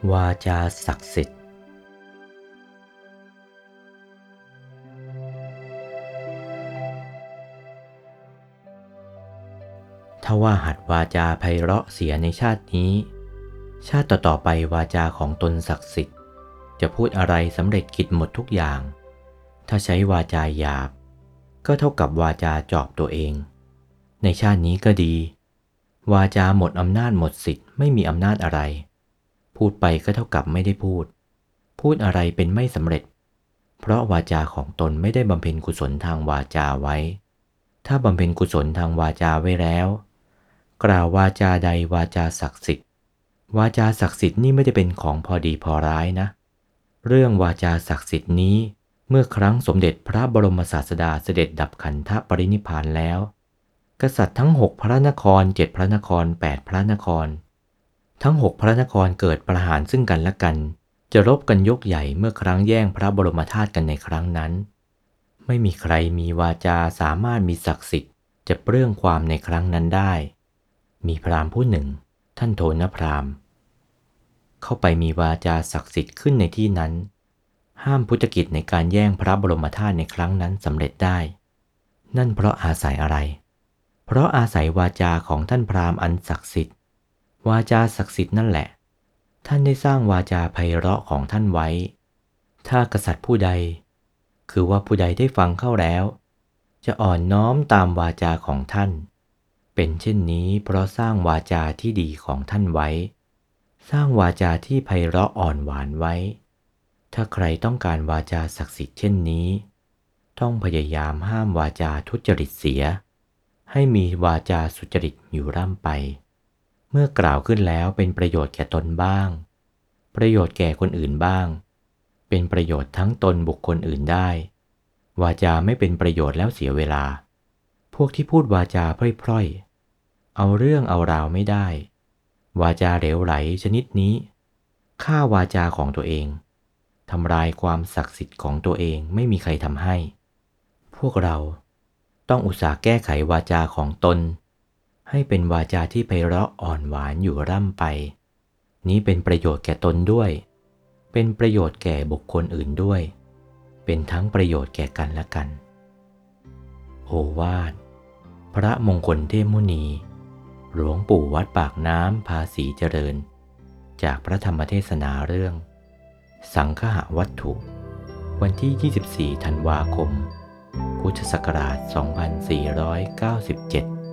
วาจาศักดิ์สิทธิ์ถ้าว่าหัดวาจาไพเราะเสียในชาตินี้ชาติต่อๆไปวาจาของตนศักดิ์สิทธิ์จะพูดอะไรสำเร็จกิจหมดทุกอย่างถ้าใช้วาจาหยาบก็เท่ากับวาจาจอบตัวเองในชาตินี้ก็ดีวาจาหมดอำนาจหมดสิทธิ์ไม่มีอำนาจอะไรพูดไปก็เท่ากับไม่ได้พูดอะไรเป็นไม่สำเร็จเพราะวาจาของตนไม่ได้บำเพ็ญกุศลทางวาจาไว้ถ้าบำเพ็ญกุศลทางวาจาไว้แล้วกล่าววาจาใดวาจาศักดิ์สิทธิ์วาจาศักดิ์สิทธิ์นี่ไม่ได้เป็นของพอดีพอร้ายนะเรื่องวาจาศักดิ์สิทธิ์นี้เมื่อครั้งสมเด็จพระบรมศาสดาเสด็จดับขันธปรินิพพานแล้วกษัตริย์ทั้ง6พระนคร7พระนคร8พระนครทั้ง6พระนครเกิดประหารซึ่งกันและกันจะรบกันยกใหญ่เมื่อครั้งแย่งพระบรมธาตุกันในครั้งนั้นไม่มีใครมีวาจาสามารถมีศักดิ์สิทธิ์จะเปลื้องความในครั้งนั้นได้มีพราหมณ์ผู้หนึ่งท่านโทนพราหมณ์เข้าไปมีวาจาศักดิ์สิทธิ์ขึ้นในที่นั้นห้ามพุทธกิจในการแย่งพระบรมธาตุในครั้งนั้นสำเร็จได้นั่นเพราะอาศัยอะไรเพราะอาศัยวาจาของท่านพราหมณ์อันศักดิ์สิทธิ์วาจาศักดิ์สิทธิ์นั่นแหละท่านได้สร้างวาจาไพเราะของท่านไว้ถ้ากษัตริย์ผู้ใดคือว่าผู้ใดได้ฟังเข้าแล้วจะอ่อนน้อมตามวาจาของท่านเป็นเช่นนี้เพราะสร้างวาจาที่ดีของท่านไว้สร้างวาจาที่ไพเราะอ่อนหวานไว้ถ้าใครต้องการวาจาศักดิ์สิทธิ์เช่นนี้ต้องพยายามห้ามวาจาทุจริตเสียให้มีวาจาสุจริตอยู่ร่ำไปเมื่อกล่าวขึ้นแล้วเป็นประโยชน์แก่ตนบ้างประโยชน์แก่คนอื่นบ้างเป็นประโยชน์ทั้งตนบุคคลอื่นได้วาจาไม่เป็นประโยชน์แล้วเสียเวลาพวกที่พูดวาจาพร่อยๆเอาเรื่องเอาราวไม่ได้วาจาเหลวไหลชนิดนี้ฆ่าวาจาของตัวเองทำลายความศักดิ์สิทธิ์ของตัวเองไม่มีใครทำให้พวกเราต้องอุตส่าห์แก้ไขวาจาของตนให้เป็นวาจาที่ไพเราะอ่อนหวานอยู่ร่ำไปนี้เป็นประโยชน์แก่ตนด้วยเป็นประโยชน์แก่บุคคลอื่นด้วยเป็นทั้งประโยชน์แก่กันและกันโอวาทพระมงคลเทพมุนีหลวงปู่วัดปากน้ำภาษีเจริญจากพระธรรมเทศนาเรื่องสังฆะวัตถุวันที่24ธันวาคมพุทธศักราช2497